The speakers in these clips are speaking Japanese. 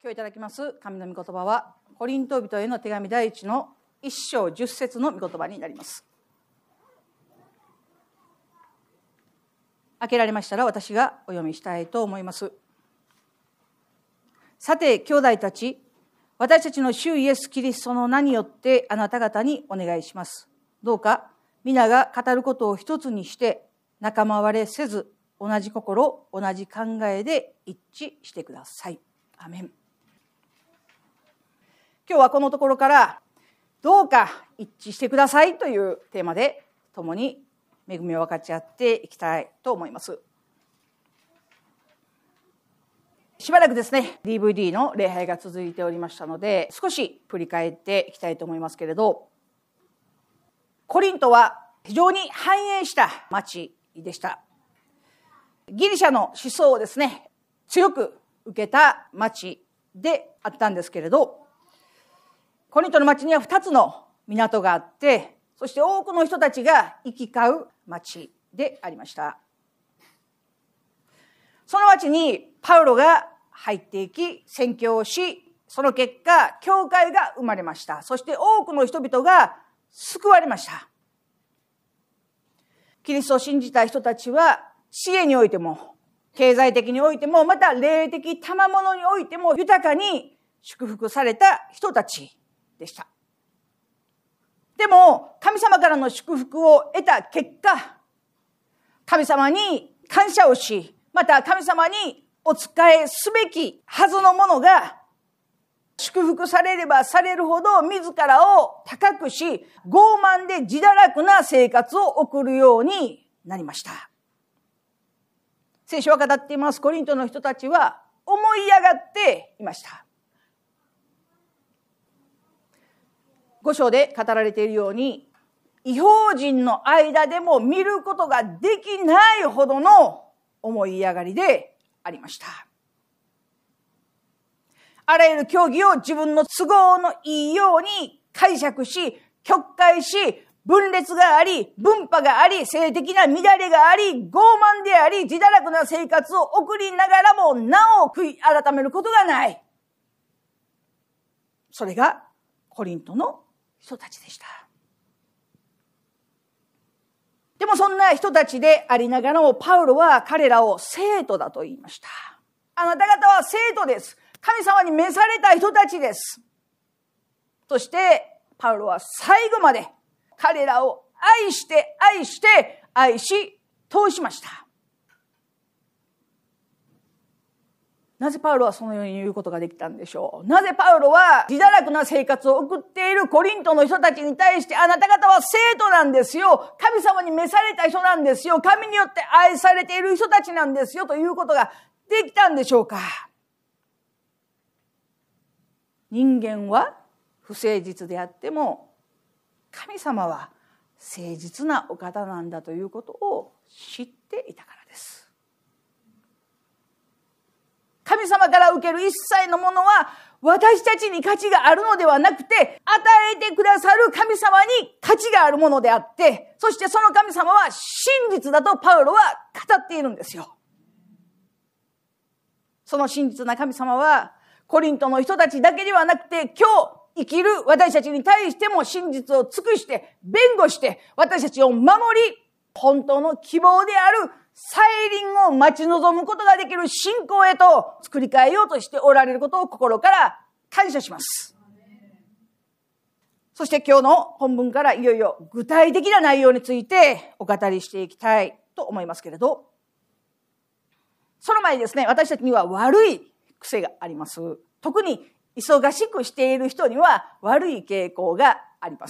今日いただきます神の御言葉はコリント人への手紙第1の1章10節の御言葉になります。開けられましたら私がお読みしたいと思います。さて兄弟たち、私たちの主イエス・キリストの名によってあなた方にお願いします。どうか皆が語ることを一つにして仲間割れせず、同じ心同じ考えで一致してください。アメン。今日はこのところからどうか一致してくださいというテーマで共に恵みを分かち合っていきたいと思います。しばらくですね DVD の礼拝が続いておりましたので少し振り返っていきたいと思いますけれど、コリントは非常に繁栄した町でした。ギリシャの思想をですね強く受けた町であったんですけれど、コリントの町には2つの港があって、そして多くの人たちが行き交う町でありました。その町にパウロが入っていき宣教をし、その結果教会が生まれました。そして多くの人々が救われました。キリストを信じた人たちは知恵においても経済的においてもまた霊的賜物においても豊かに祝福された人たちでした。でも神様からの祝福を得た結果、神様に感謝をし、また神様にお仕えすべきはずのものが祝福されればされるほど自らを高くし、傲慢で自堕落な生活を送るようになりました。聖書は語っています。コリントの人たちは思い上がっていました。5章で語られているように、異邦人の間でも見ることができないほどの思い上がりでありました。あらゆる教義を自分の都合のいいように解釈し、曲解し、分裂があり、分派があり、性的な乱れがあり、傲慢であり、自堕落な生活を送りながらもなお悔い改めることがない。それがコリントの人たちでした。でもそんな人たちでありながらもパウロは彼らを生徒だと言いました。あなた方は生徒です。神様に召された人たちです。そしてパウロは最後まで彼らを愛して愛して愛し通しました。なぜパウロはそのように言うことができたんでしょう。なぜパウロは自堕落な生活を送っているコリントの人たちに対して、あなた方は生徒なんですよ。神様に召された人なんですよ。神によって愛されている人たちなんですよということができたんでしょうか。人間は不誠実であっても、神様は誠実なお方なんだということを知っていたからです。神様から受ける一切のものは私たちに価値があるのではなくて、与えてくださる神様に価値があるものであって、そしてその神様は真実だとパウロは語っているんですよ。その真実な神様はコリントの人たちだけではなくて、今日生きる私たちに対しても真実を尽くして弁護して私たちを守り、本当の希望である再臨を待ち望むことができる信仰へと作り変えようとしておられることを心から感謝します。そして今日の本文からいよいよ具体的な内容についてお語りしていきたいと思いますけれど、その前にですね、私たちには悪い癖があります。特に忙しくしている人には悪い傾向があります。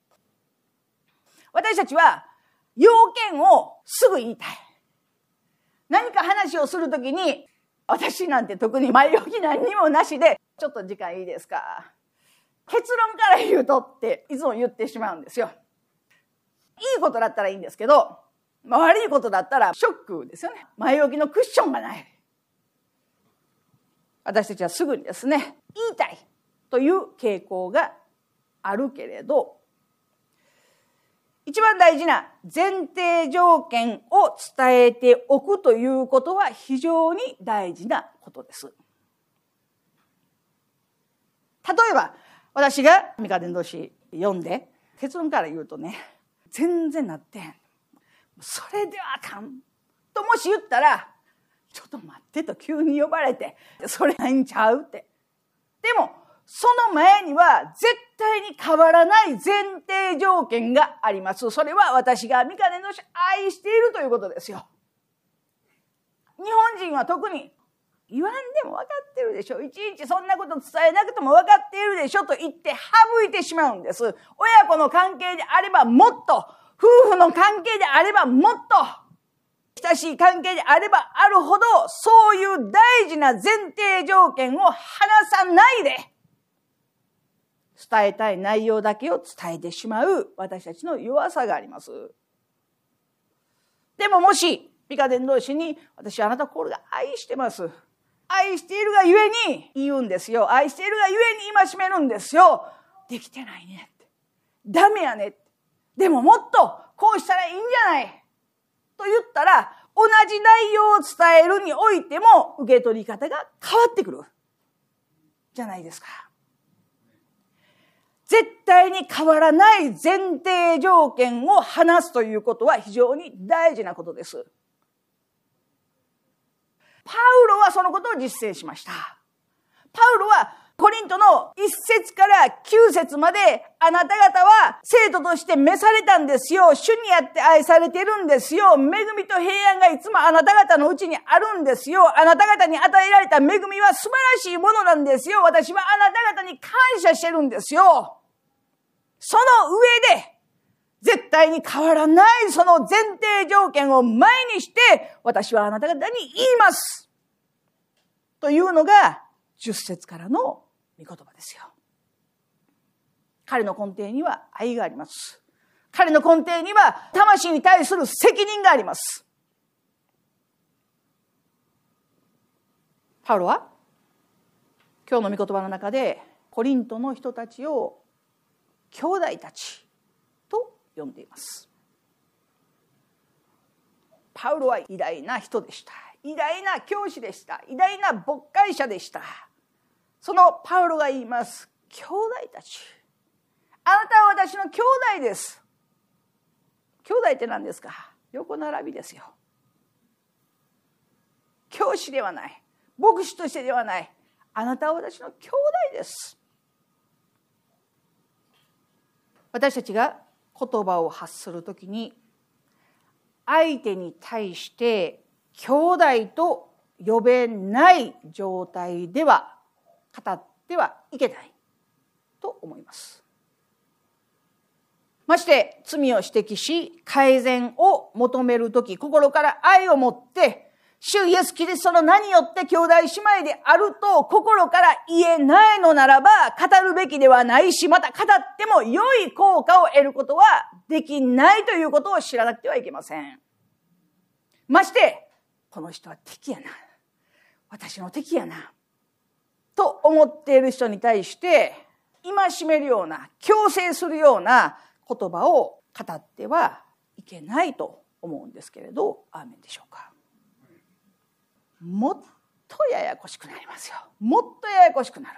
私たちは要件をすぐ言いたい。何か話をするときに、私なんて特に前置き何にもなしで、ちょっと時間いいですか。結論から言うとっていつも言ってしまうんですよ。いいことだったらいいんですけど、悪いことだったらショックですよね。前置きのクッションがない。私たちはすぐにですね、言いたいという傾向があるけれど、一番大事な前提条件を伝えておくということは非常に大事なことです。 えば、私がミカ伝道師読んで、結論から言うとね、全然なってん。それではあかん。ともし言ったら、ちょっと待ってと急に呼ばれて、それないんちゃうって。でも、その前には絶対に変わらない前提条件があります。それは私がミカ伝道師愛しているということですよ。日本人は特に言わんでも分かってるでしょ。いちいちそんなこと伝えなくても分かっているでしょと言って省いてしまうんです。親子の関係であればもっと、夫婦の関係であればもっと、親しい関係であればあるほど、そういう大事な前提条件を話さないで、伝えたい内容だけを伝えてしまう私たちの弱さがあります。でももし、ミカ伝道師に、私はあなた心が愛してます。愛しているがゆえに言うんですよ。愛しているがゆえに戒めるんですよ。できてないねって。ダメやねって。でももっとこうしたらいいんじゃないと言ったら、同じ内容を伝えるにおいても受け取り方が変わってくる。じゃないですか。絶対に変わらない前提条件を話すということは非常に大事なことです。パウロはそのことを実践しました。パウロはコリントの1節から9節まで、あなた方は生徒として召されたんですよ。主にあって愛されてるんですよ。恵みと平安がいつもあなた方のうちにあるんですよ。あなた方に与えられた恵みは素晴らしいものなんですよ。私はあなた方に感謝してるんですよ。その上で、絶対に変わらないその前提条件を前にして、私はあなた方に言います。というのが、10節からの御言葉ですよ。彼の根底には愛があります。彼の根底には魂に対する責任があります。パウロは、今日の御言葉の中で、コリントの人たちを兄弟たちと呼んでいます。パウロは偉大な人でした。偉大な教師でした。偉大な牧会者でした。そのパウロが言います。兄弟たち。あなたは私の兄弟です。兄弟って何ですか？横並びですよ。教師ではない。牧師としてではない。あなたは私の兄弟です。私たちが言葉を発するときに、相手に対して兄弟と呼べない状態では語ってはいけないと思います。まして罪を指摘し改善を求めるとき、心から愛を持って主イエスキリストの名によって兄弟姉妹であると心から言えないのならば語るべきではないし、また語っても良い効果を得ることはできないということを知らなくてはいけません。まして、この人は敵やな。私の敵やな。と思っている人に対して、戒めるような、強制するような言葉を語ってはいけないと思うんですけれど、アーメンでしょうか。もっとややこしくなりますよ。もっとややこしくなる。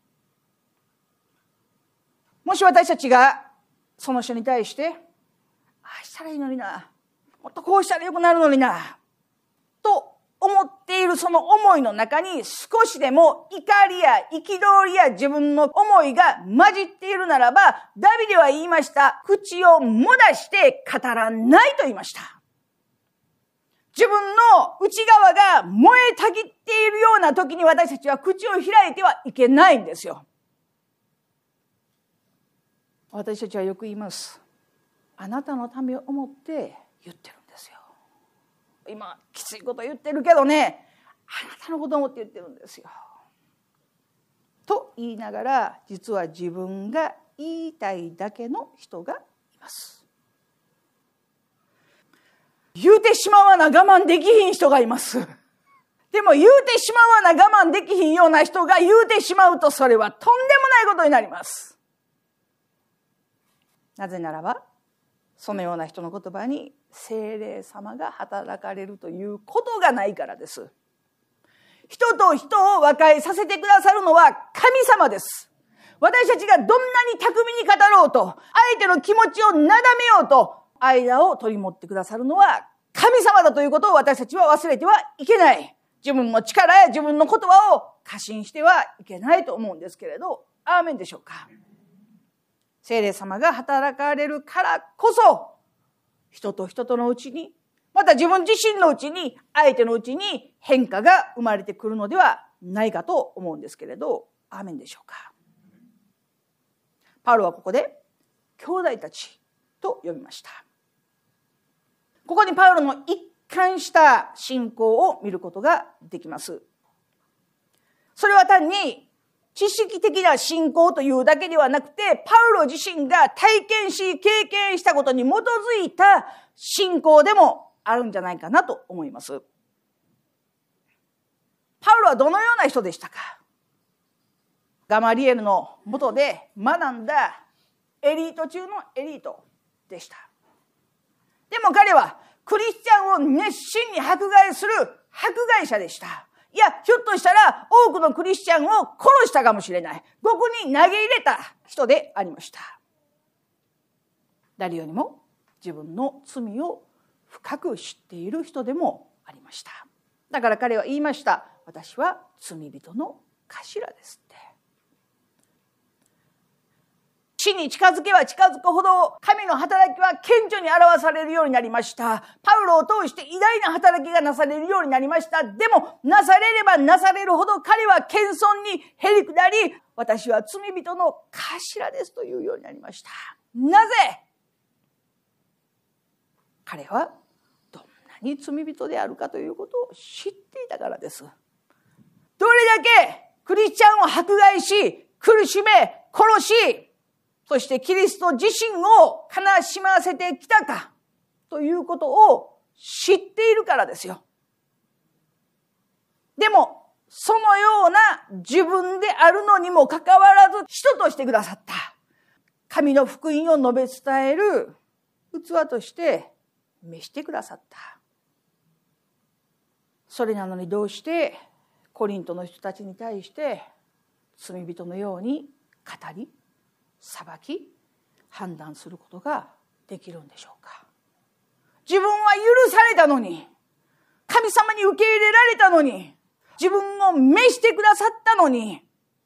もし私たちがその人に対して、ああしたらいいのにな、もっとこうしたらよくなるのにな、と思っているその思いの中に少しでも怒りや憤りや自分の思いが混じっているならば、ダビデは言いました。口をもだして語らないと言いました。自分の内側が燃えたぎっているような時に私たちは口を開いてはいけないんですよ。私たちはよく言います。あなたのためを思って言ってるんですよ。今きついこと言ってるけどね、あなたのことを思って言ってるんですよ。と言いながら、実は自分が言いたいだけの人がいます。言うてしまわな我慢できひん人がいます。でも言うてしまわな我慢できひんような人が言うてしまうと、それはとんでもないことになります。なぜならば、そのような人の言葉に聖霊様が働かれるということがないからです。人と人を和解させてくださるのは神様です。 私たちがどんなに巧みに語ろうと、相手の気持ちをなだめようと、間を取り持ってくださるのは神様だということを私たちは忘れてはいけない。自分の力や自分の言葉を過信してはいけないと思うんですけれど、アーメンでしょうか。聖霊様が働かれるからこそ、人と人とのうちに、また自分自身のうちに、相手のうちに変化が生まれてくるのではないかと思うんですけれど、アーメンでしょうか。パウロはここで、兄弟たちと呼びました。ここにパウロの一貫した信仰を見ることができます。それは単に知識的な信仰というだけではなくて、パウロ自身が体験し経験したことに基づいた信仰でもあるんじゃないかなと思います。パウロはどのような人でしたか。ガマリエルの下で学んだエリート中のエリートでした。でも彼はクリスチャンを熱心に迫害する迫害者でした。いや、ひょっとしたら多くのクリスチャンを殺したかもしれない。ここに投げ入れた人でありました。誰よりも自分の罪を深く知っている人でもありました。だから彼は言いました。私は罪人の頭ですって。死に近づけば近づくほど神の働きは顕著に表されるようになりました。パウロを通して偉大な働きがなされるようになりました。でもなされればなされるほど彼は謙遜にへり下り、私は罪人の頭ですというようになりました。なぜ？彼はどんなに罪人であるかということを知っていたからです。どれだけクリスチャンを迫害し、苦しめ、殺し、そしてキリスト自身を悲しませてきたかということを知っているからですよ。でも、そのような自分であるのにもかかわらず人としてくださった。神の福音を述べ伝える器として召してくださった。それなのにどうしてコリントの人たちに対して罪人のように語り、裁き、判断することができるんでしょうか。自分は許されたのに、神様に受け入れられたのに、自分を召してくださったのに、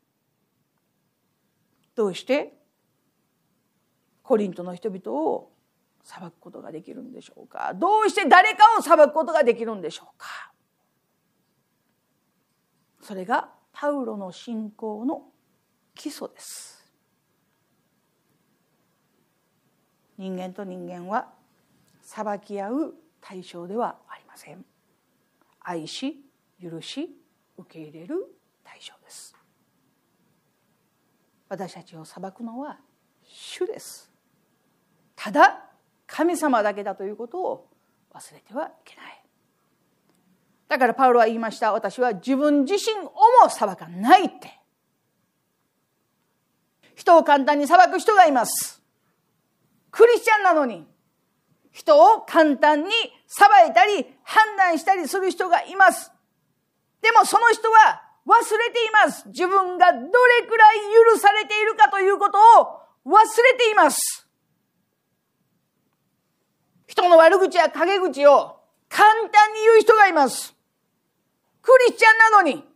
どうしてコリントの人々を裁くことができるんでしょうか。どうして誰かを裁くことができるんでしょうか。それがパウロの信仰の基礎です。人間と人間は裁き合う対象ではありません。愛し、許し、受け入れる対象です。私たちを裁くのは主です。ただ神様だけだということを忘れてはいけない。だからパウロは言いました。私は自分自身をも裁かないって。人を簡単に裁く人がいます。クリスチャンなのに人を簡単に裁いたり判断したりする人がいます。でもその人は忘れています。自分がどれくらい許されているかということを忘れています。人の悪口や陰口を簡単に言う人がいます。クリスチャンなのに。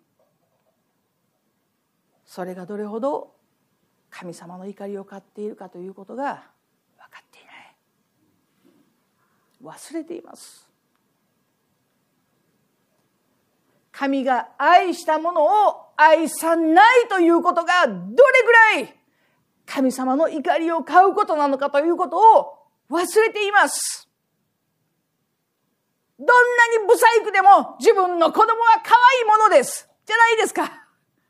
それがどれほど神様の怒りを買っているかということが分かっていない。忘れています。神が愛したものを愛さないということがどれぐらい神様の怒りを買うことなのかということを忘れています。どんなに不細工でも自分の子供は可愛いものですじゃないですか。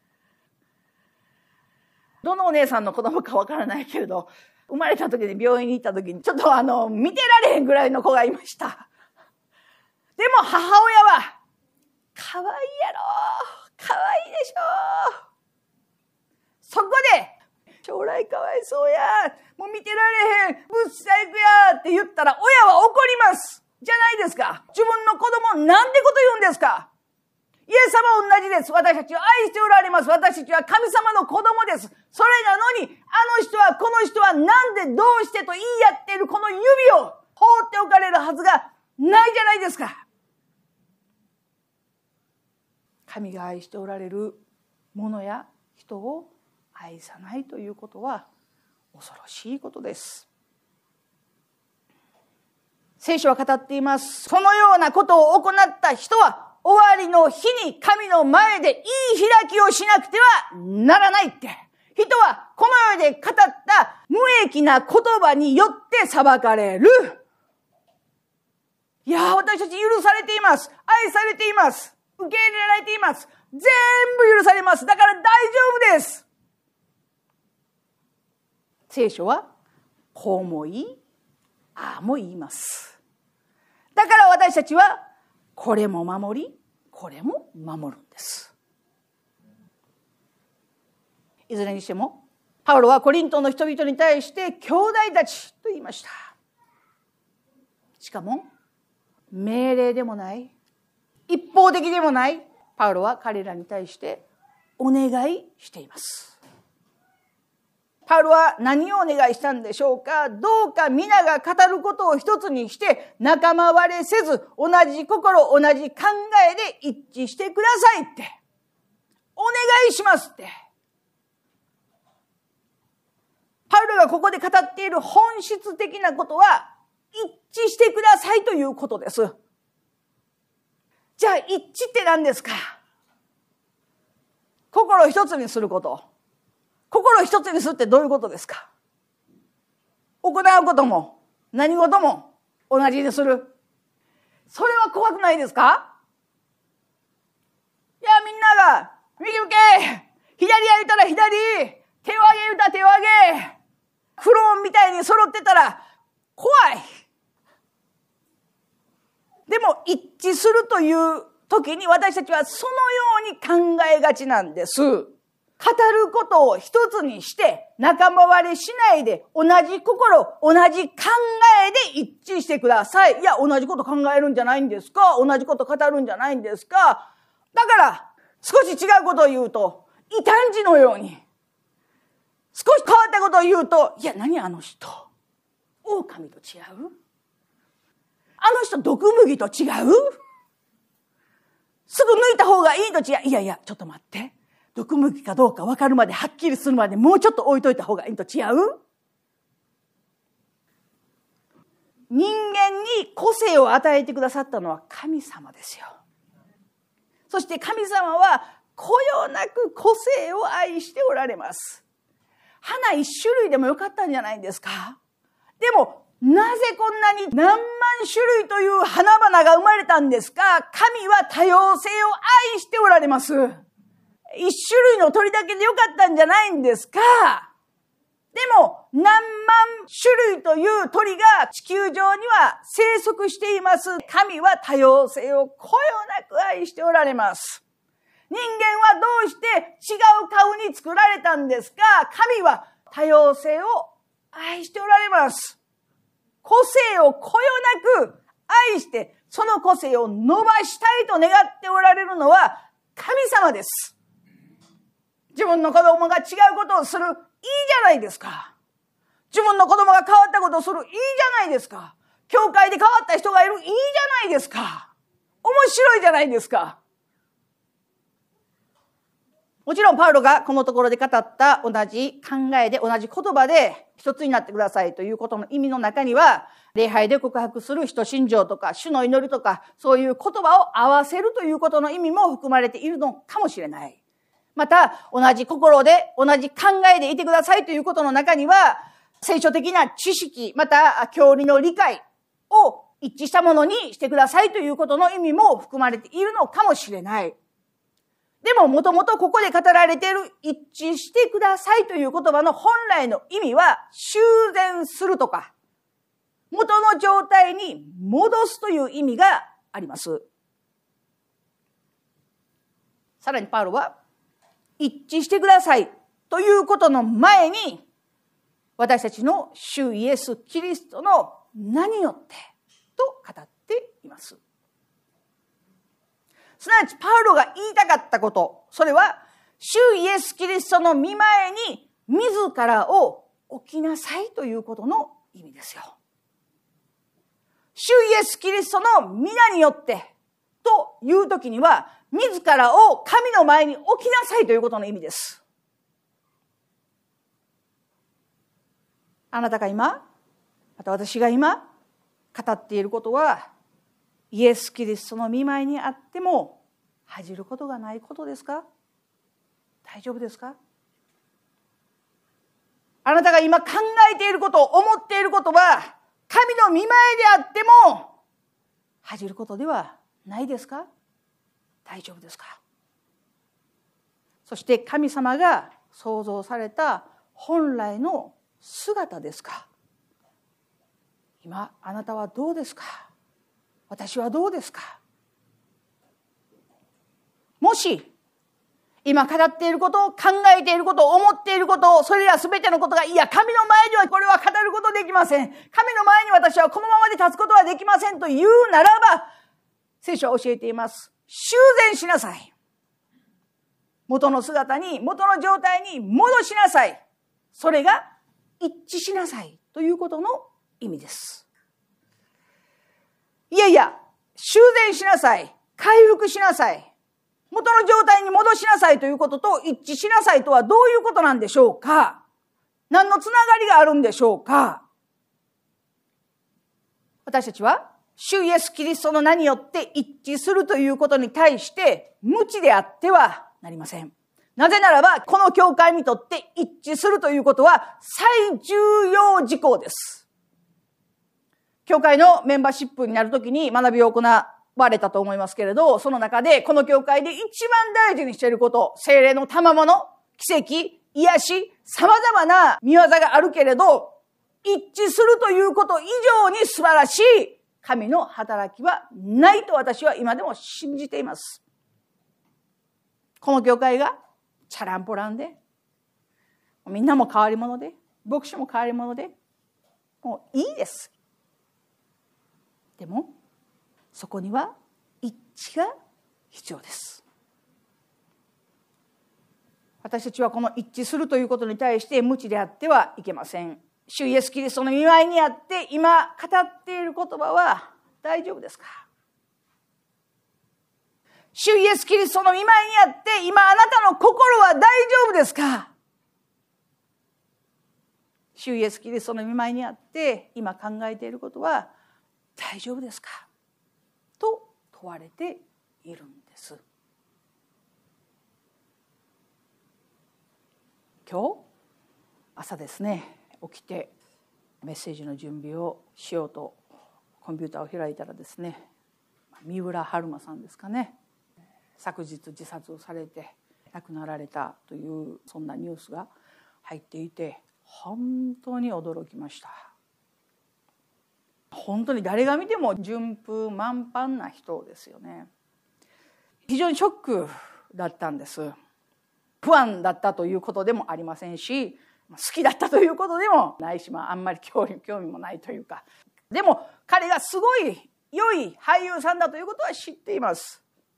どのお姉さんの子供かわからないけれど、生まれた時に病院に行った時にちょっと見てられへんぐらいの子がいました。でも母親は可愛いやろ、可愛いでしょ。そこで将来かわいそうや、もう見てられへん、ぶっ細工やって言ったら親は怒りますじゃないですか。自分の子供なんてこと言うんですか。イエス様は同じです。私たちを愛しておられます。私たちは神様の子供です。 それなのに、あの人はこの人はなんでどうしてと言い合っているこの指を放っておかれるはずがないじゃないですか。神が愛しておられるものや人を愛さないということは恐ろしいことです。聖書は語っています。そのようなことを行った人は終わりの日に神の前でいい開きをしなくてはならないって。人はこの世で語った無益な言葉によって裁かれる。いや、私たち許されています。愛されています。受け入れられています。全部許されます。だから大丈夫です。聖書はこうも言い、ああも言います。だから私たちはこれも守り、これも守るんです。いずれにしてもパウロはコリントの人々に対して兄弟たちと言いました。しかも命令でもない一方的でもないパウロは彼らに対してお願いしています。パウロは何をお願いしたんでしょうか。どうか皆が語ることを一つにして仲間割れせず同じ心同じ考えで一致してくださいってお願いしますって。パウロがここで語っている本質的なことは一致してくださいということです。じゃあ一致って何ですか。心一つにすること。心一つにするってどういうことですか。行うことも何事も同じにする。それは怖くないですか。いや、みんなが右向け、左や言ったら左、手を挙げ言ったら手を挙げ、クローンみたいに揃ってたら怖い。でも一致するという時に私たちはそのように考えがちなんです。語ることを一つにして仲間割れしないで同じ心、同じ考えで一致してください。いや、同じこと考えるんじゃないんですか。同じこと語るんじゃないんですか。だから少し違うことを言うと異端児のように、少し変わったことを言うと、いや、何あの人、狼と違う？あの人毒麦と違う？すぐ抜いた方がいいと違う？いやいや、ちょっと待って。毒麦かどうか分かるまで、はっきりするまでもうちょっと置いといた方がいいと違う？人間に個性を与えてくださったのは神様ですよ。そして神様はこよなく個性を愛しておられます。花一種類でもよかったんじゃないんですか。でもなぜこんなに何万種類という花々が生まれたんですか。神は多様性を愛しておられます。一種類の鳥だけでよかったんじゃないんですか。でも何万種類という鳥が地球上には生息しています。神は多様性をこよなく愛しておられます。人間はどうして違う顔に作られたんですか。神は多様性を愛しておられます。個性をこよなく愛してその個性を伸ばしたいと願っておられるのは神様です。自分の子供が違うことをする、いいじゃないですか。自分の子供が変わったことをする、いいじゃないですか。教会で変わった人がいる、いいじゃないですか。面白いじゃないですか。もちろんパウロがこのところで語った同じ考えで同じ言葉で一つになってくださいということの意味の中には、礼拝で告白する人信条とか主の祈りとか、そういう言葉を合わせるということの意味も含まれているのかもしれない。また同じ心で同じ考えでいてくださいということの中には、聖書的な知識また教理の理解を一致したものにしてくださいということの意味も含まれているのかもしれない。でももともとここで語られている一致してくださいという言葉の本来の意味は修繕するとか元の状態に戻すという意味があります。さらにパウロは一致してくださいということの前に、私たちの主イエス・キリストの名によってと語っています。すなわちパウロが言いたかったこと、それは主イエス・キリストの御前に自らを置きなさいということの意味ですよ。主イエスキリストの皆によってというときには、自らを神の前に置きなさいということの意味です。あなたが今、また私が今語っていることは、イエスキリストの御前にあっても恥じることがないことですか？大丈夫ですか？あなたが今考えていること、思っていることは、神の御前であっても恥じることではないですか？大丈夫ですか？そして神様が創造された本来の姿ですか？今あなたはどうですか？私はどうですか？もし今語っていること、考えていること、思っていること、それらすべてのことが、いや、神の前ではこれは語ることできません。神の前に私はこのままで立つことはできませんと言うならば、聖書は教えています。修繕しなさい。元の姿に、元の状態に戻しなさい。それが一致しなさいということの意味です。いやいや、修繕しなさい。回復しなさい。元の状態に戻しなさいということと一致しなさいとはどういうことなんでしょうか？何のつながりがあるんでしょうか？私たちは主イエスキリストの名によって一致するということに対して無知であってはなりません。なぜならばこの教会にとって一致するということは最重要事項です。教会のメンバーシップになるときに学びを行われたと思いますけれど、その中でこの教会で一番大事にしていること、聖霊の賜物、奇跡、癒し、様々な見業があるけれど、一致するということ以上に素晴らしい神の働きはないと私は今でも信じています。この教会がチャランポランで、みんなも変わり者で、牧師も変わり者で、もういいです。でも、そこには一致が必要です。私たちはこの一致するということに対して無知であってはいけません。主イエスキリストの御前にあって今語っている言葉は大丈夫ですか？主イエスキリストの御前にあって今あなたの心は大丈夫ですか？主イエスキリストの御前にあって今考えていることは大丈夫ですか？と問われているんです。今日朝ですね、起きてメッセージの準備をしようとコンピューターを開いたらですね、三浦春馬さんですかね、昨日自殺をされて亡くなられたというそんなニュースが入っていて本当に驚きました。本当に誰が見ても順風満帆な人ですよね。非常にショックだったんです。不安だったということでもありませんし、好きだったということでもないし、あんまり興味もないというか、でも彼がすごい良い俳優さんだということは知っています。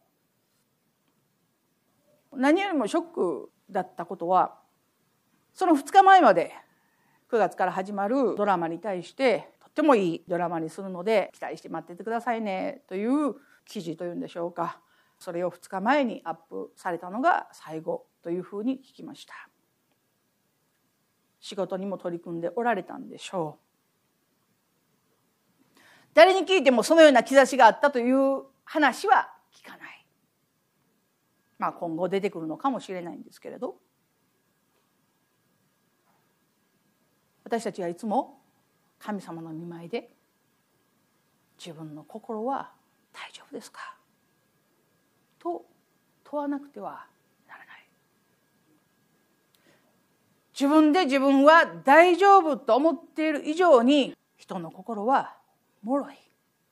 何よりもショックだったことは、その2日前まで9月から始まるドラマに対してとってもいいドラマにするので期待して待っててくださいねという記事というんでしょうか、それを2日前にアップされたのが最後というふうに聞きました。仕事にも取り組んでおられたんでしょう。誰に聞いてもそのような兆しがあったという話は聞かない。今後出てくるのかもしれないんですけれど、私たちはいつも神様の御前で自分の心は大丈夫ですかと問わなくてはならない。自分で自分は大丈夫と思っている以上に人の心は脆い。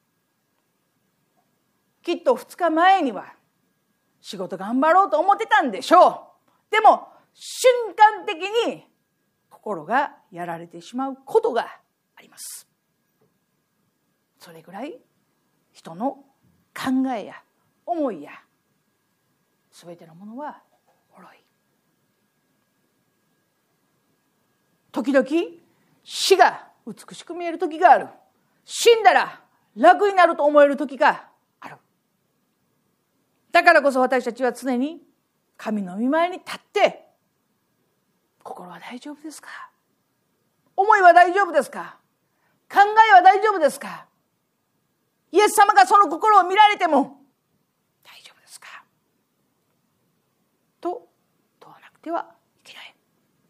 きっと2日前には仕事頑張ろうと思ってたんでしょう。でも瞬間的に心がやられてしまうことがあります。それぐらい人の考えや思いやすべてのものは脆い。 時々死が美しく見える時がある。死んだら楽になると思える時がある。だからこそ私たちは常に神の御前に立って、心は大丈夫ですか？思いは大丈夫ですか？考えは大丈夫ですか？イエス様がその心を見られても大丈夫ですか？と問わなくてはいけない。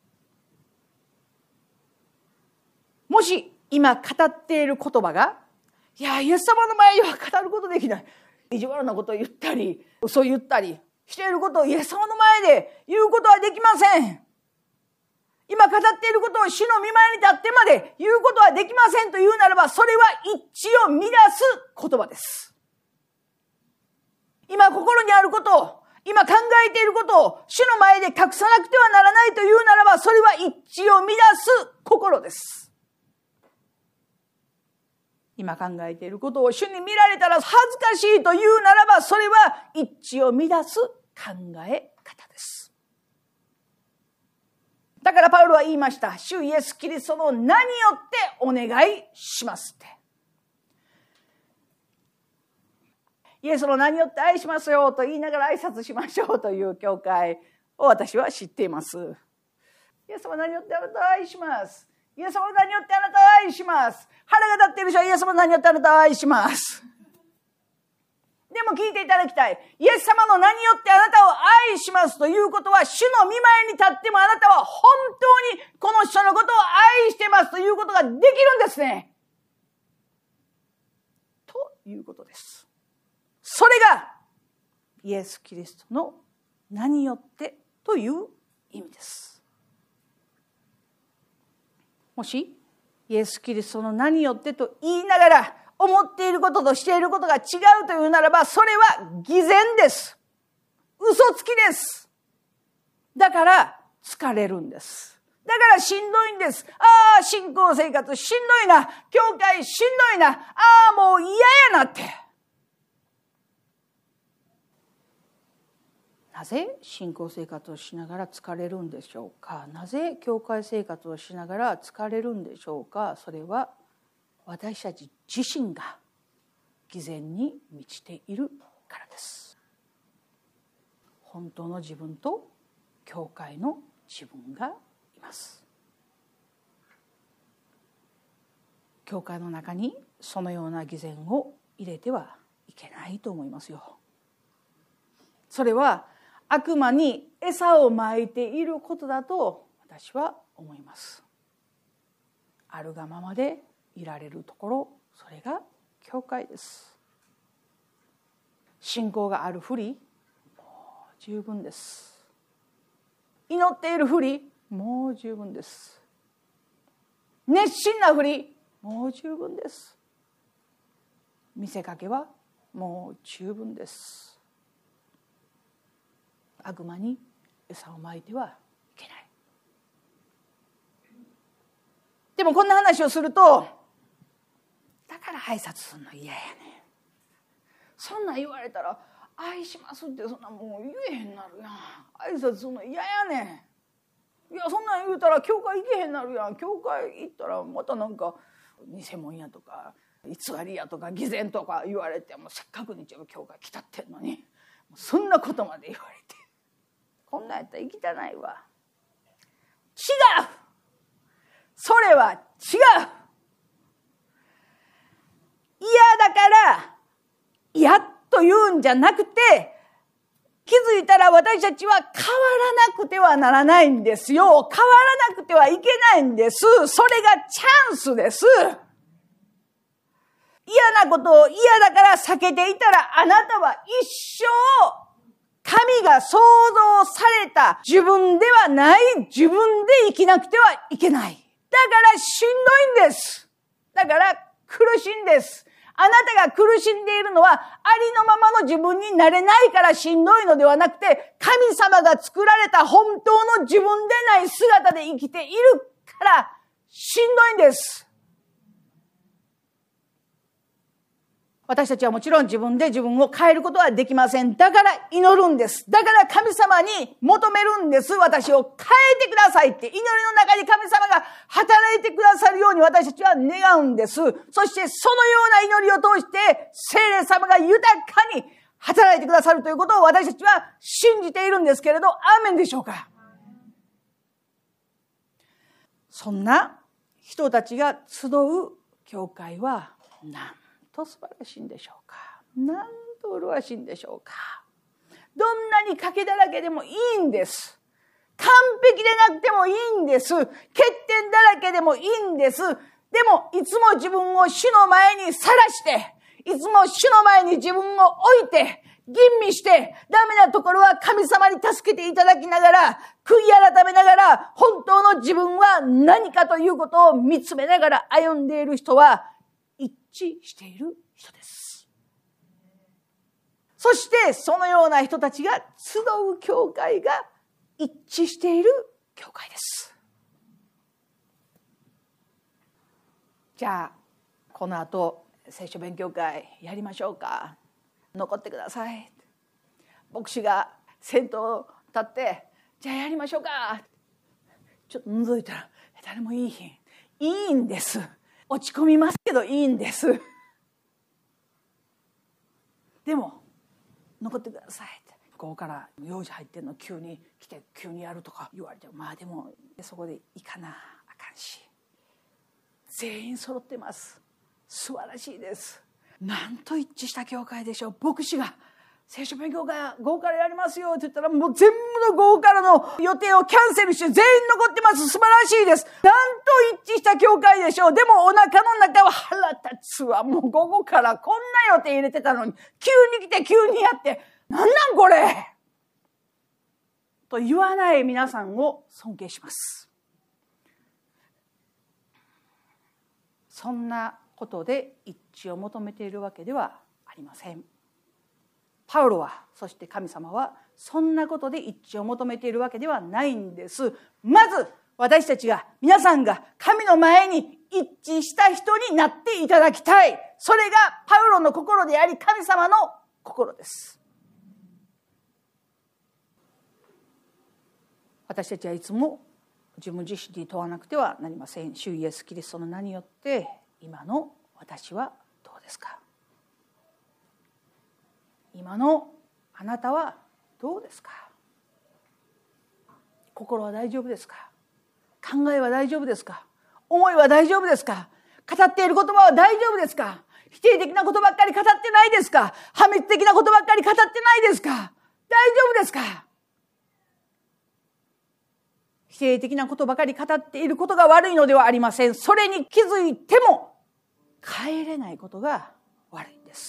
もし今語っている言葉が、いや、イエス様の前には語ることできない。意地悪なことを言ったり、嘘を言ったりしていることをイエス様の前で言うことはできません。今語っていることを主の御前に立ってまで言うことはできませんというならば、それは一致を乱す言葉です。今心にあることを、今考えていることを主の前で隠さなくてはならないというならば、それは一致を乱す心です。今考えていることを主に見られたら恥ずかしいというならば、それは一致を乱す考え方です。だからパウロは言いました。主イエスキリストの名によってお願いしますって。イエスの名によって愛しますよと言いながら挨拶しましょうという教会を私は知っています。イエスの名によってあなたを愛します。イエス様の名によってあなたを愛します。腹が立っている人はイエス様の名によってあなたを愛します。でも聞いていただきたい。イエス様の名によってあなたを愛しますということは、主の御前に立ってもあなたは本当にこの人のことを愛してますということができるんですね。ということです。それがイエス・キリストの名によってという意味です。もしイエス・キリストの名によってと言いながら思っていることとしていることが違うというならば、それは偽善です。嘘つきです。だから疲れるんです。だからしんどいんです。ああ、信仰生活しんどいな。教会しんどいな。ああ、もう嫌やなって。なぜ信仰生活をしながら疲れるんでしょうか。なぜ教会生活をしながら疲れるんでしょうか。それは私たち自身が偽善に満ちているからです。本当の自分と教会の自分がいます。教会の中にそのような偽善を入れてはいけないと思いますよ。それは悪魔に餌をまいていることだと私は思います。あるがままでいられるところ、それが教会です。信仰があるふり、もう十分です。祈っているふり、もう十分です。熱心なふり、もう十分です。見せかけはもう十分です。悪魔に餌をまいてはいけない。でもこんな話をすると、だから挨拶するの嫌やねん。そんなん言われたら愛しますってそんなもう言えへんなるやん。挨拶するの嫌やねん。いやそんなん言うたら教会行けへんなるやん。教会行ったらまたなんか偽物やとか偽りやとか偽善とか言われて、もうせっかく日曜日教会来たってんのにそんなことまで言われて、こんなんやったら行きたないわ。違う。それは違う。嫌だから嫌というんじゃなくて、気づいたら私たちは変わらなくてはならないんですよ。変わらなくてはいけないんです。それがチャンスです。嫌なことを嫌だから避けていたら、あなたは一生神が創造された自分ではない自分で生きなくてはいけない。だからしんどいんです。だから苦しいんです。あなたが苦しんでいるのはありのままの自分になれないからしんどいのではなくて、神様が作られた本当の自分でない姿で生きているからしんどいんです。 私たちはもちろん自分で自分を変えることはできません。だから祈るんです。だから神様に求めるんです。私を変えてくださいって、祈りの中で神様が働いてくださるように私たちは願うんです。そしてそのような祈りを通して聖霊様が豊かに働いてくださるということを私たちは信じているんですけれど、アーメンでしょうか。そんな人たちが集う教会はなんと素晴らしいんでしょうか。なんと麗しいんでしょうか。どんなに賭けだらけでもいいんです。完璧でなくてもいいんです。欠点だらけでもいいんです。でもいつも自分を主の前にさらして、いつも主の前に自分を置いて、吟味して、ダメなところは神様に助けていただきながら、悔い改めながら、本当の自分は何かということを見つめながら歩んでいる人は、一致している人です。そしてそのような人たちが集う教会が一致している教会です。じゃあこの後聖書勉強会やりましょうか。残ってください。牧師が先頭立ってじゃあやりましょうか。ちょっと覗いたら誰もいいんです。落ち込みますけどいいんです。でも残ってくださいって、ここから用事入ってんの急に来て急にやるとか言われても、まあでもそこでいかなあかんし、全員揃ってます。素晴らしいです。なんと一致した教会でしょう。牧師が聖書勉強会午後からやりますよって言ったら、もう全部の午後からの予定をキャンセルして全員残ってます。素晴らしいです。なんと一致した教会でしょう。でもお腹の中は腹立つわ。もう午後からこんな予定入れてたのに急に来て急にやって、なんなんこれと言わない皆さんを尊敬します。そんなことで一致を求めているわけではありません。パウロは、そして神様はそんなことで一致を求めているわけではないんです。まず私たちが、皆さんが神の前に一致した人になっていただきたい。それがパウロの心であり、神様の心です。私たちはいつも自分自身に問わなくてはなりません。主イエスキリストの名によって今の私はどうですか。今のあなたはどうですか。心は大丈夫ですか。考えは大丈夫ですか。思いは大丈夫ですか。語っている言葉は大丈夫ですか。否定的なことばっかり語ってないですか。破滅的なことばっかり語ってないですか。大丈夫ですか。否定的なことばかり語っていることが悪いのではありません。それに気づいても変えれないことが悪いんです。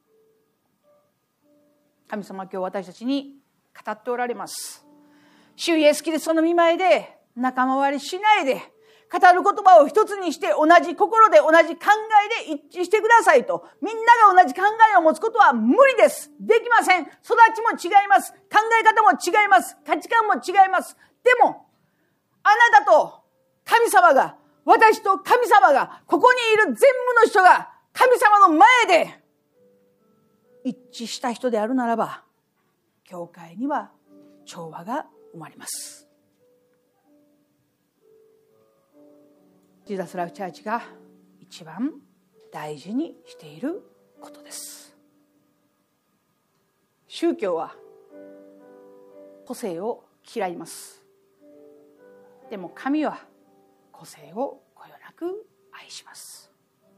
神様は今日私たちに語っておられます。主イエスキリストの御前で仲間割りしないで、語る言葉を一つにして同じ心で同じ考えで一致してくださいと。みんなが同じ考えを持つことは無理です。できません。育ちも違います。考え方も違います。価値観も違います。でもあなたと神様が、私と神様が、ここにいる全部の人が神様の前で一致した人であるならば、教会には調和が生まれます。ジーザスライフチャーチが一番大事にしていることです。宗教は個性を嫌います。でも神は個性をこよなく愛します。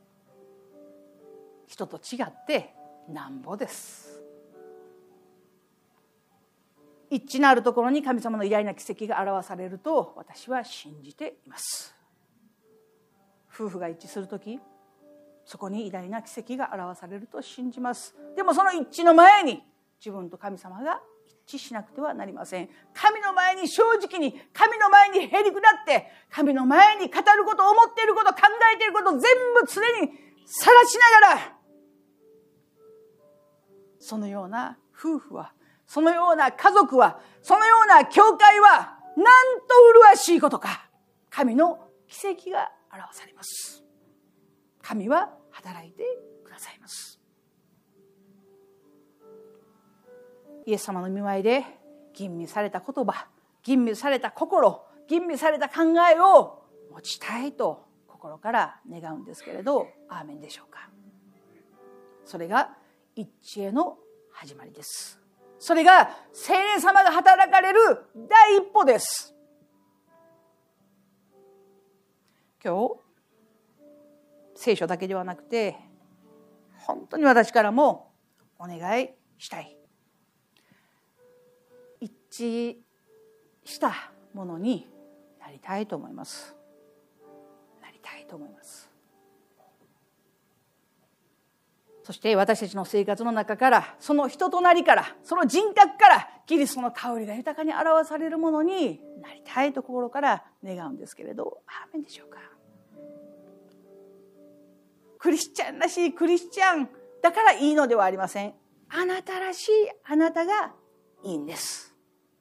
人と違ってなんぼです。一致のあるところに神様の偉大な奇跡が表されると私は信じています。夫婦が一致するとき、そこに偉大な奇跡が表されると信じます。でもその一致の前に自分と神様が一致しなくてはなりません。神の前に正直に、神の前にへりくだって、神の前に語ること、思っていること、考えていること、全部常に晒しながら、そのような夫婦は、そのような家族は、そのような教会は、なんと麗しいことか。神の奇跡が表されます。神は働いてくださいます。 イエス様の御前で吟味された言葉、吟味された心、吟味された考えを持ちたいと心から願うんですけれど、アーメンでしょうか。それが一致への始まりです。それが聖霊様が働かれる第一歩です。今日聖書だけではなくて、本当に私からもお願いしたい。一致したものになりたいと思います。なりたいと思います。そして私たちの生活の中から、その人となりから、その人格からキリストの香りが豊かに表されるものになりたいと心から願うんですけれど、アーメンでしょうか。クリスチャンらしいクリスチャンだからいいのではありません。あなたらしいあなたがいいんです。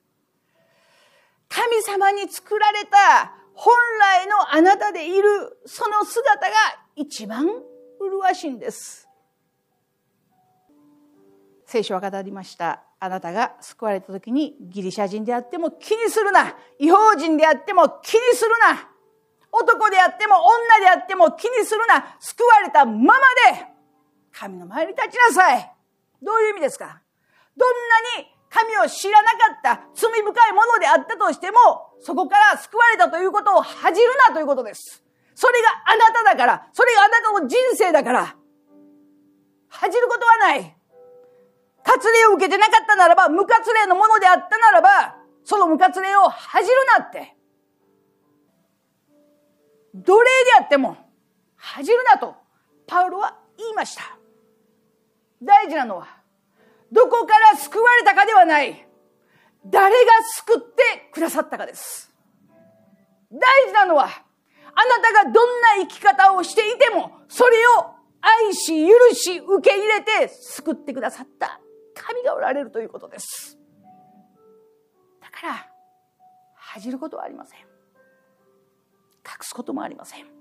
神様に作られた本来のあなたでいるその姿が一番麗しいんです。聖書は語りました。あなたが救われた時にギリシャ人であっても気にするな。異邦人であっても気にするな。男であっても女であっても気にするな。救われたままで神の前に立ちなさい。どういう意味ですか？どんなに神を知らなかった罪深いものであったとしても、そこから救われたということを恥じるなということです。それがあなただから、それがあなたの人生だから、恥じることはない。割礼を受けてなかったならば、無割礼のものであったならば、その無割礼を恥じるなって。奴隷であっても恥じるなとパウロは言いました。大事なのはどこから救われたかではない、誰が救ってくださったかです。大事なのはあなたがどんな生き方をしていてもそれを愛し許し受け入れて救ってくださった神がおられるということです。だから恥じることはありません。隠すこともありません。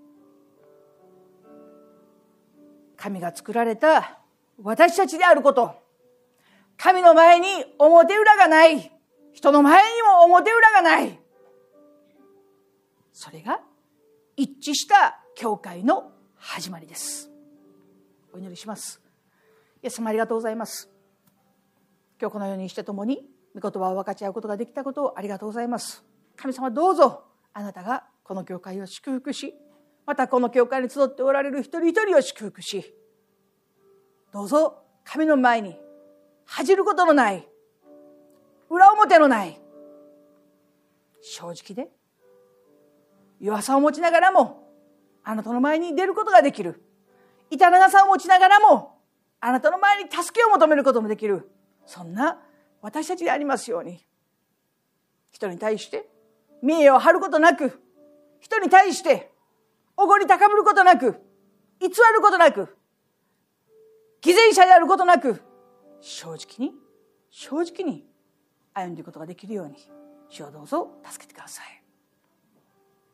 神が作られた私たちであること、神の前に表裏がない、人の前にも表裏がない、それが一致した教会の始まりです。お祈りします。イエス様ありがとうございます。今日このようにして共に御言葉を分かち合うことができたことをありがとうございます。神様どうぞあなたがこの教会を祝福し、またこの教会に集っておられる一人一人を祝福し、どうぞ神の前に恥じることのない、裏表のない、正直で弱さを持ちながらもあなたの前に出ることができる、痛長さを持ちながらもあなたの前に助けを求めることもできる、そんな私たちでありますように、人に対して名誉を張ることなく、人に対しておごり高ぶることなく、偽ることなく、偽善者であることなく、正直に歩んでいくことができるように、主をどうぞ助けてください。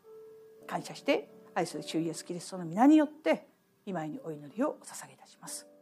感謝して愛する主イエスキリストの皆によって今にお祈りをお捧げいたします。